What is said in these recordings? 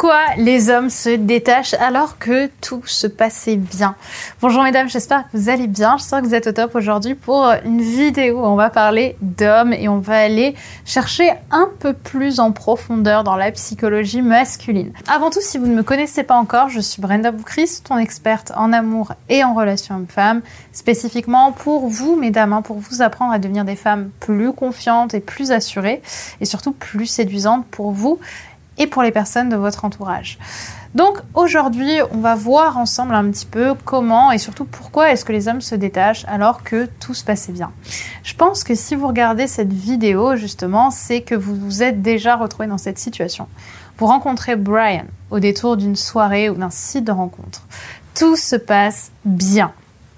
Pourquoi les hommes se détachent alors que tout se passait bien? Bonjour mesdames, j'espère que vous allez bien. J'espère que vous êtes au top aujourd'hui pour une vidéo où on va parler d'hommes et on va aller chercher un peu plus en profondeur dans la psychologie masculine. Avant tout, si vous ne me connaissez pas encore, je suis Brenda Boukris, ton experte en amour et en relations hommes-femmes, spécifiquement pour vous mesdames, pour vous apprendre à devenir des femmes plus confiantes et plus assurées et surtout plus séduisantes pour vous et pour les personnes de votre entourage. Donc aujourd'hui, on va voir ensemble un petit peu comment et surtout pourquoi est-ce que les hommes se détachent alors que tout se passait bien. Je pense que si vous regardez cette vidéo, justement, c'est que vous vous êtes déjà retrouvé dans cette situation. Vous rencontrez Brian au détour d'une soirée ou d'un site de rencontre. Tout se passe bien.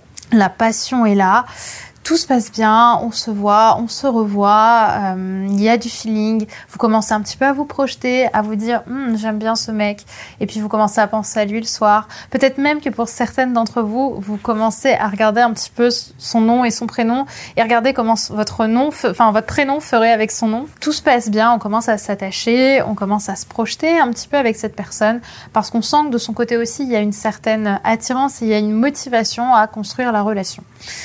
La passion est là. Tout se passe bien, on se voit, on se revoit, il y a du feeling, vous commencez un petit peu à vous projeter, à vous dire « j'aime bien ce mec » et puis vous commencez à penser à lui le soir. Peut-être même que pour certaines d'entre vous, vous commencez à regarder un petit peu son nom et son prénom et regarder comment votre prénom ferait avec son nom. Tout se passe bien, on commence à s'attacher, on commence à se projeter un petit peu avec cette personne parce qu'on sent que de son côté aussi, il y a une certaine attirance et il y a une motivation à construire la relation.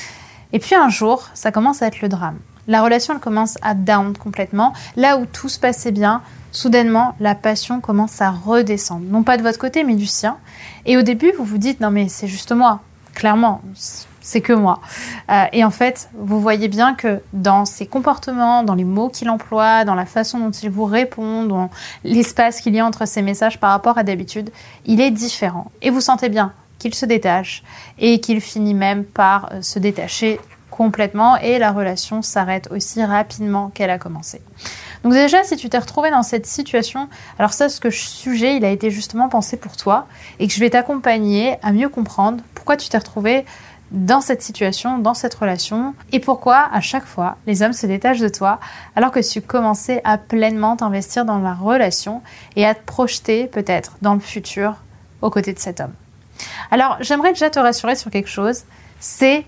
Et puis un jour, ça commence à être le drame. La relation, elle commence à down complètement. Là où tout se passait bien, soudainement, la passion commence à redescendre. Non pas de votre côté, mais du sien. Et au début, vous vous dites, non mais c'est juste moi. Clairement, c'est que moi. Et en fait, vous voyez bien que dans ses comportements, dans les mots qu'il emploie, dans la façon dont il vous répond, dans l'espace qu'il y a entre ses messages par rapport à d'habitude, il est différent. Et vous sentez bien qu'il se détache et qu'il finit même par se détacher complètement et la relation s'arrête aussi rapidement qu'elle a commencé. Donc déjà, si tu t'es retrouvé dans cette situation, alors ça, ce sujet, il a été justement pensé pour toi et que je vais t'accompagner à mieux comprendre pourquoi tu t'es retrouvé dans cette situation, dans cette relation et pourquoi à chaque fois, les hommes se détachent de toi alors que tu commençais à pleinement t'investir dans la relation et à te projeter peut-être dans le futur aux côtés de cet homme. Alors, j'aimerais déjà te rassurer sur quelque chose, c'est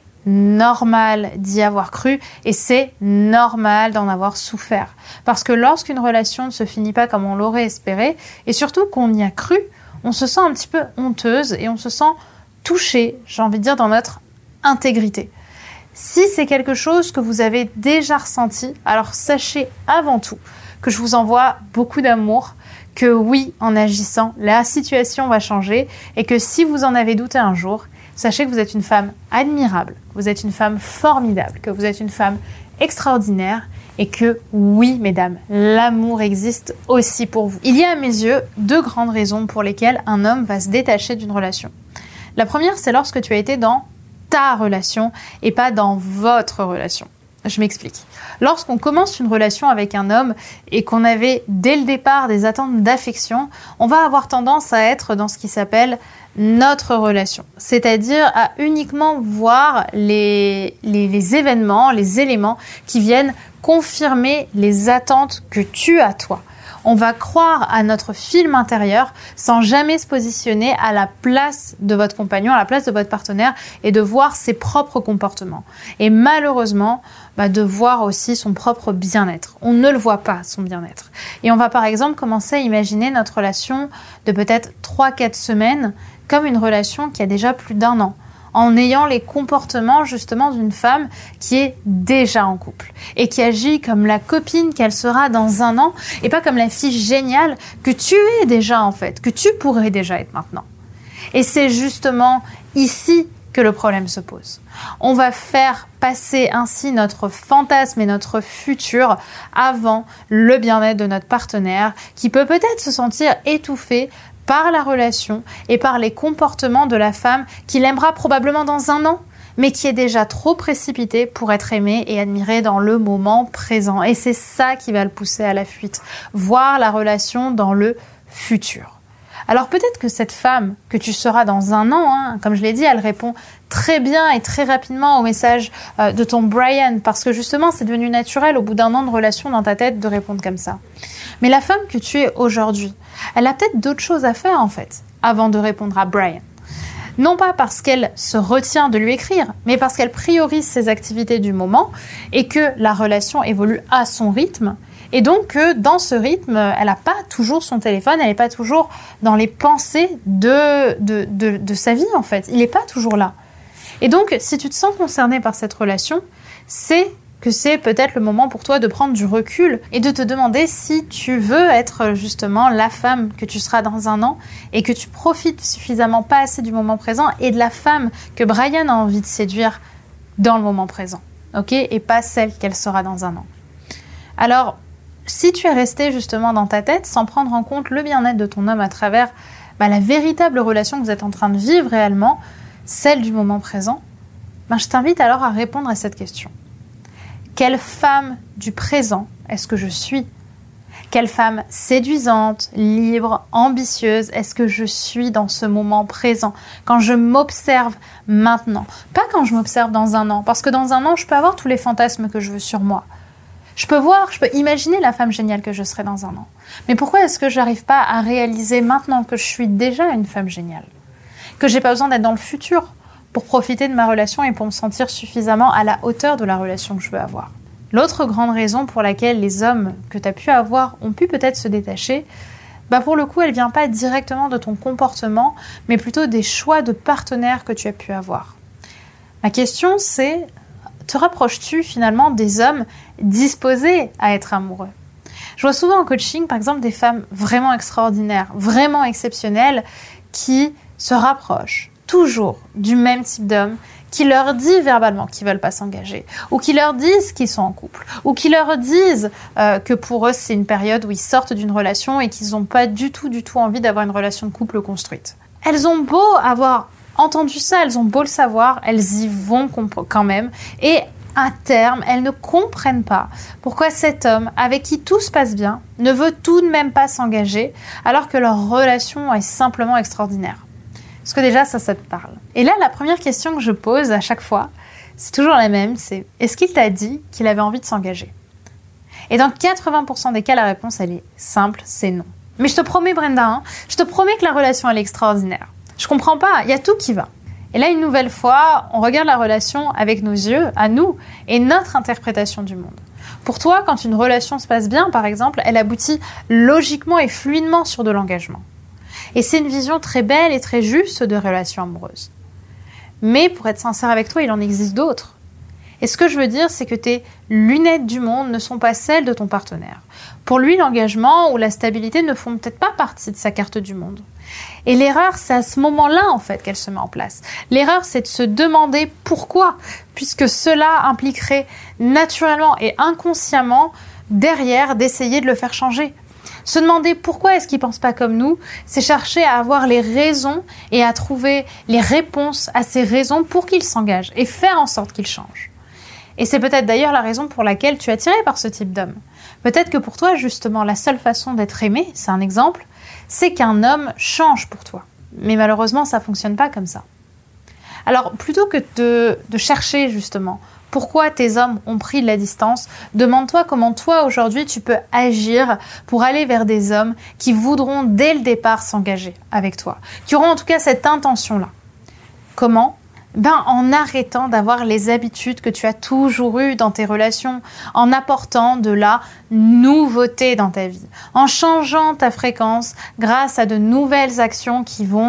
normal d'y avoir cru et c'est normal d'en avoir souffert. Parce que lorsqu'une relation ne se finit pas comme on l'aurait espéré, et surtout qu'on y a cru, on se sent un petit peu honteuse et on se sent touchée, j'ai envie de dire, dans notre intégrité. Si c'est quelque chose que vous avez déjà ressenti, alors sachez avant tout que je vous envoie beaucoup d'amour, que oui, en agissant, la situation va changer et que si vous en avez douté un jour, sachez que vous êtes une femme admirable, que vous êtes une femme formidable, que vous êtes une femme extraordinaire et que oui, mesdames, l'amour existe aussi pour vous. Il y a à mes yeux deux grandes raisons pour lesquelles un homme va se détacher d'une relation. La première, c'est lorsque tu as été dans ta relation et pas dans votre relation. Je m'explique. Lorsqu'on commence une relation avec un homme et qu'on avait dès le départ des attentes d'affection, on va avoir tendance à être dans ce qui s'appelle notre relation. C'est-à-dire à uniquement voir les événements, les éléments qui viennent confirmer les attentes que tu as toi. On va croire à notre film intérieur sans jamais se positionner à la place de votre compagnon, à la place de votre partenaire et de voir ses propres comportements. Et malheureusement, de voir aussi son propre bien-être. On ne le voit pas, son bien-être. Et on va par exemple commencer à imaginer notre relation de peut-être 3-4 semaines comme une relation qui a déjà plus d'1 an. En ayant les comportements justement d'une femme qui est déjà en couple et qui agit comme la copine qu'elle sera dans 1 an et pas comme la fille géniale que tu es déjà en fait, que tu pourrais déjà être maintenant. Et c'est justement ici que le problème se pose. On va faire passer ainsi notre fantasme et notre futur avant le bien-être de notre partenaire qui peut peut-être se sentir étouffé par la relation et par les comportements de la femme qu'il aimera probablement dans 1 an, mais qui est déjà trop précipitée pour être aimée et admirée dans le moment présent. Et c'est ça qui va le pousser à la fuite, voir la relation dans le futur. Alors peut-être que cette femme que tu seras dans 1 an, comme je l'ai dit, elle répond très bien et très rapidement au message de ton Brian, parce que justement c'est devenu naturel au bout d'1 an de relation dans ta tête de répondre comme ça. Mais la femme que tu es aujourd'hui, elle a peut-être d'autres choses à faire en fait, avant de répondre à Brian. Non pas parce qu'elle se retient de lui écrire, mais parce qu'elle priorise ses activités du moment et que la relation évolue à son rythme Et donc, dans ce rythme, elle n'a pas toujours son téléphone, elle n'est pas toujours dans les pensées de sa vie, en fait. Il n'est pas toujours là. Et donc, si tu te sens concerné par cette relation, c'est que c'est peut-être le moment pour toi de prendre du recul et de te demander si tu veux être justement la femme que tu seras dans un an et que tu profites suffisamment pas assez du moment présent et de la femme que Brian a envie de séduire dans le moment présent, ok ? Et pas celle qu'elle sera dans un an. Alors, si tu es resté justement dans ta tête sans prendre en compte le bien-être de ton homme à travers la véritable relation que vous êtes en train de vivre réellement, celle du moment présent, je t'invite alors à répondre à cette question. Quelle femme du présent est-ce que je suis ? Quelle femme séduisante, libre, ambitieuse est-ce que je suis dans ce moment présent, quand je m'observe maintenant ? Pas quand je m'observe dans un an, parce que dans un an, je peux avoir tous les fantasmes que je veux sur moi. Je peux imaginer la femme géniale que je serai dans un an. Mais pourquoi est-ce que je n'arrive pas à réaliser maintenant que je suis déjà une femme géniale ? Que j'ai pas besoin d'être dans le futur pour profiter de ma relation et pour me sentir suffisamment à la hauteur de la relation que je veux avoir. L'autre grande raison pour laquelle les hommes que tu as pu avoir ont pu peut-être se détacher, pour le coup, elle vient pas directement de ton comportement, mais plutôt des choix de partenaires que tu as pu avoir. Ma question, c'est, te rapproches-tu finalement des hommes disposés à être amoureux ? Je vois souvent en coaching, par exemple, des femmes vraiment extraordinaires, vraiment exceptionnelles, qui se rapprochent toujours du même type d'homme qui leur dit verbalement qu'ils ne veulent pas s'engager, ou qui leur disent qu'ils sont en couple, ou qui leur disent que pour eux, c'est une période où ils sortent d'une relation et qu'ils n'ont pas du tout envie d'avoir une relation de couple construite. Elles ont beau avoir entendu ça, elles ont beau le savoir, elles y vont quand même, et à terme, elles ne comprennent pas pourquoi cet homme, avec qui tout se passe bien, ne veut tout de même pas s'engager, alors que leur relation est simplement extraordinaire. Parce que déjà, ça te parle. Et là, la première question que je pose à chaque fois, c'est toujours la même, c'est « Est-ce qu'il t'a dit qu'il avait envie de s'engager ?» Et dans 80% des cas, la réponse, elle est simple, c'est non. Mais je te promets, Brenda, je te promets que la relation, elle est extraordinaire. Je comprends pas, il y a tout qui va. Et là, une nouvelle fois, on regarde la relation avec nos yeux, à nous, et notre interprétation du monde. Pour toi, quand une relation se passe bien, par exemple, elle aboutit logiquement et fluidement sur de l'engagement. Et c'est une vision très belle et très juste de relations amoureuses. Mais pour être sincère avec toi, il en existe d'autres. Et ce que je veux dire, c'est que tes lunettes du monde ne sont pas celles de ton partenaire. Pour lui, l'engagement ou la stabilité ne font peut-être pas partie de sa carte du monde. Et l'erreur, c'est à ce moment-là, en fait, qu'elle se met en place. L'erreur, c'est de se demander pourquoi, puisque cela impliquerait naturellement et inconsciemment, derrière, d'essayer de le faire changer. Se demander pourquoi est-ce qu'il ne pense pas comme nous, c'est chercher à avoir les raisons et à trouver les réponses à ces raisons pour qu'il s'engage et faire en sorte qu'il change. Et c'est peut-être d'ailleurs la raison pour laquelle tu es attiré par ce type d'homme. Peut-être que pour toi, justement, la seule façon d'être aimé, c'est un exemple, c'est qu'un homme change pour toi. Mais malheureusement, ça ne fonctionne pas comme ça. Alors, plutôt que de chercher, justement, pourquoi tes hommes ont pris de la distance, demande-toi comment toi, aujourd'hui, tu peux agir pour aller vers des hommes qui voudront, dès le départ, s'engager avec toi, qui auront en tout cas cette intention-là. Comment ? En arrêtant d'avoir les habitudes que tu as toujours eues dans tes relations, en apportant de la nouveauté dans ta vie, en changeant ta fréquence grâce à de nouvelles actions qui vont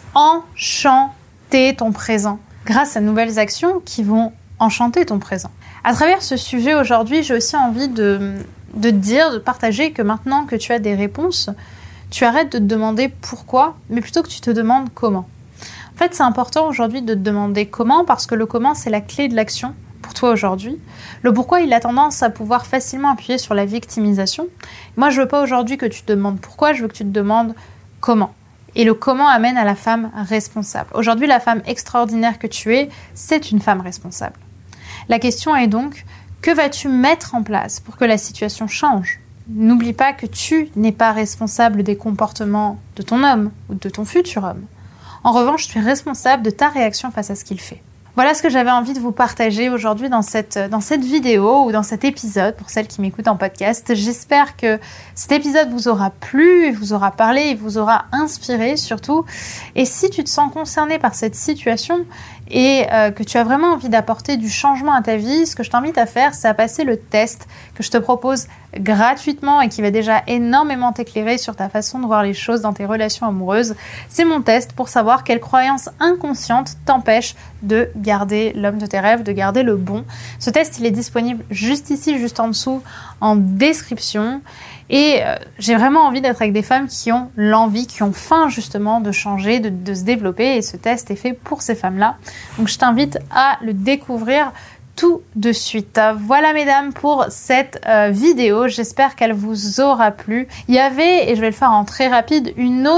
enchanter ton présent, grâce à de nouvelles actions qui vont enchanter ton présent. À travers ce sujet aujourd'hui, j'ai aussi envie de te dire, de partager que maintenant que tu as des réponses, tu arrêtes de te demander pourquoi, mais plutôt que tu te demandes comment. En fait, c'est important aujourd'hui de te demander comment, parce que le comment, c'est la clé de l'action pour toi aujourd'hui. Le pourquoi, il a tendance à pouvoir facilement appuyer sur la victimisation. Moi, je veux pas aujourd'hui que tu te demandes pourquoi, je veux que tu te demandes comment. Et le comment amène à la femme responsable. Aujourd'hui, la femme extraordinaire que tu es, c'est une femme responsable. La question est donc, que vas-tu mettre en place pour que la situation change ? N'oublie pas que tu n'es pas responsable des comportements de ton homme ou de ton futur homme. En revanche, tu es responsable de ta réaction face à ce qu'il fait. Voilà ce que j'avais envie de vous partager aujourd'hui dans cette vidéo ou dans cet épisode pour celles qui m'écoutent en podcast. J'espère que cet épisode vous aura plu, vous aura parlé et vous aura inspiré surtout. Et si tu te sens concerné par cette situation et que tu as vraiment envie d'apporter du changement à ta vie, ce que je t'invite à faire, c'est à passer le test que je te propose gratuitement et qui va déjà énormément t'éclairer sur ta façon de voir les choses dans tes relations amoureuses. C'est mon test pour savoir quelles croyances inconscientes t'empêchent de garder l'homme de tes rêves, de garder le bon. Ce test, il est disponible juste ici, juste en dessous, en description. Et j'ai vraiment envie d'être avec des femmes qui ont l'envie, qui ont faim justement de changer, de se développer. Et ce test est fait pour ces femmes-là. Donc je t'invite à le découvrir tout de suite. Voilà mesdames pour cette vidéo, j'espère qu'elle vous aura plu. Il y avait, et je vais le faire en très rapide, un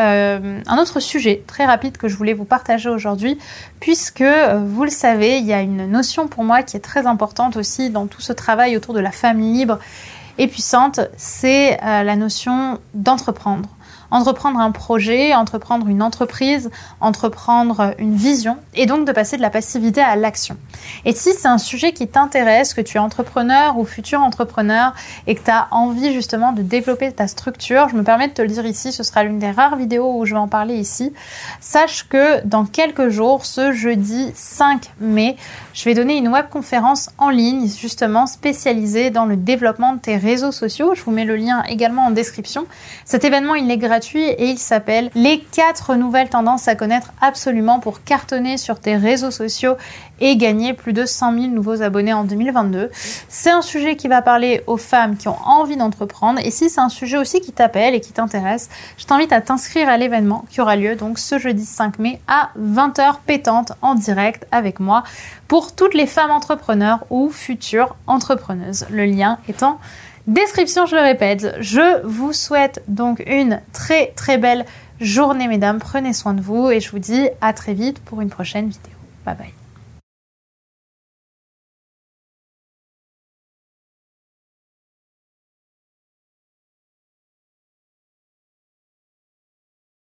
autre sujet très rapide que je voulais vous partager aujourd'hui, puisque vous le savez, il y a une notion pour moi qui est très importante aussi dans tout ce travail autour de la femme libre et puissante, c'est la notion d'entreprendre. Entreprendre un projet, entreprendre une entreprise, entreprendre une vision et donc de passer de la passivité à l'action. Et si c'est un sujet qui t'intéresse, que tu es entrepreneur ou futur entrepreneur et que tu as envie justement de développer ta structure, je me permets de te le dire ici, ce sera l'une des rares vidéos où je vais en parler ici. Sache que dans quelques jours, ce jeudi 5 mai, je vais donner une webconférence en ligne justement spécialisée dans le développement de tes réseaux sociaux. Je vous mets le lien également en description. Cet événement, il est gratuit et il s'appelle « Les 4 nouvelles tendances à connaître absolument pour cartonner sur tes réseaux sociaux et gagner plus de 100 000 nouveaux abonnés en 2022 ». C'est un sujet qui va parler aux femmes qui ont envie d'entreprendre. Et si c'est un sujet aussi qui t'appelle et qui t'intéresse, je t'invite à t'inscrire à l'événement qui aura lieu donc ce jeudi 5 mai à 20h pétante en direct avec moi pour toutes les femmes entrepreneurs ou futures entrepreneuses. Le lien est en description, je le répète. Je vous souhaite donc une très très belle journée mesdames. Prenez soin de vous et je vous dis à très vite pour une prochaine vidéo. Bye bye.